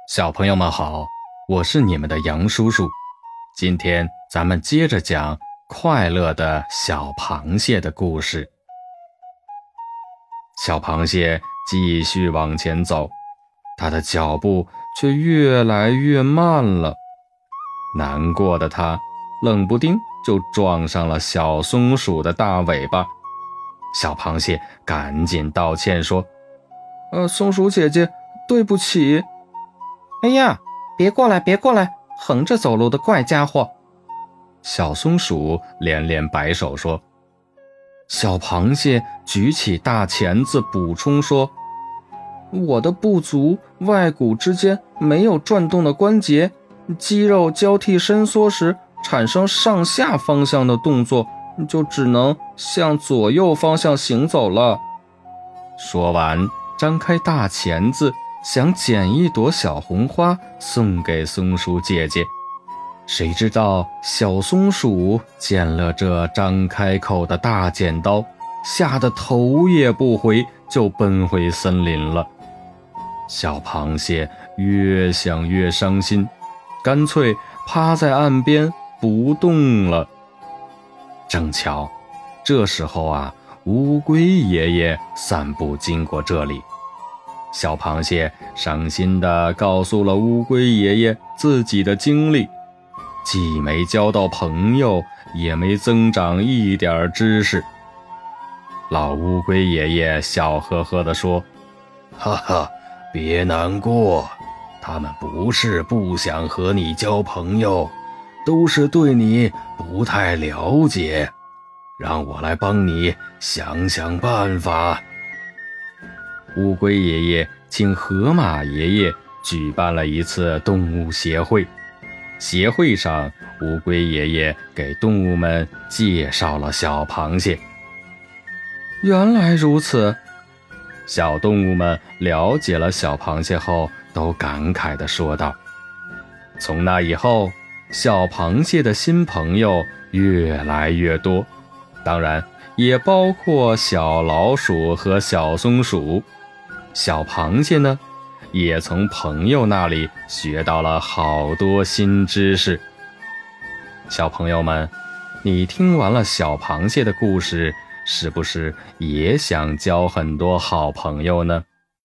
小朋友们好，我是你们的杨叔叔。今天咱们接着讲快乐的小螃蟹的故事。小螃蟹继续往前走，它的脚步却越来越慢了。难过的它冷不丁就撞上了小松鼠的大尾巴。小螃蟹赶紧道歉说：松鼠姐姐，对不起。 哎呀，别过来，别过来，横着走路的怪家伙。 小松鼠连连摆手说。小螃蟹举起大钳子补充说：我的不足，外骨之间没有转动的关节，肌肉交替伸缩时产生上下方向的动作，就只能向左右方向行走了。说完，张开大钳子，想捡一朵小红花送给松鼠姐姐。谁知道小松鼠见了这张开口的大剪刀，吓得头也不回就奔回森林了。小螃蟹越想越伤心，干脆趴在岸边不动了。正巧这时候啊，乌龟爷爷散步经过这里。小螃蟹伤心地告诉了乌龟爷爷自己的经历，既没交到朋友，也没增长一点知识。老乌龟爷爷笑呵呵地说：哈哈，别难过，他们不是不想和你交朋友，都是对你不太了解，让我来帮你想想办法。乌龟爷爷请河马爷爷举办了一次动物协会，协会上乌龟爷爷给动物们介绍了小螃蟹。原来如此，小动物们了解了小螃蟹后都感慨地说道。从那以后，小螃蟹的新朋友越来越多，当然也包括小老鼠和小松鼠。小螃蟹呢，也从朋友那里学到了好多新知识。小朋友们，你听完了小螃蟹的故事，是不是也想交很多好朋友呢？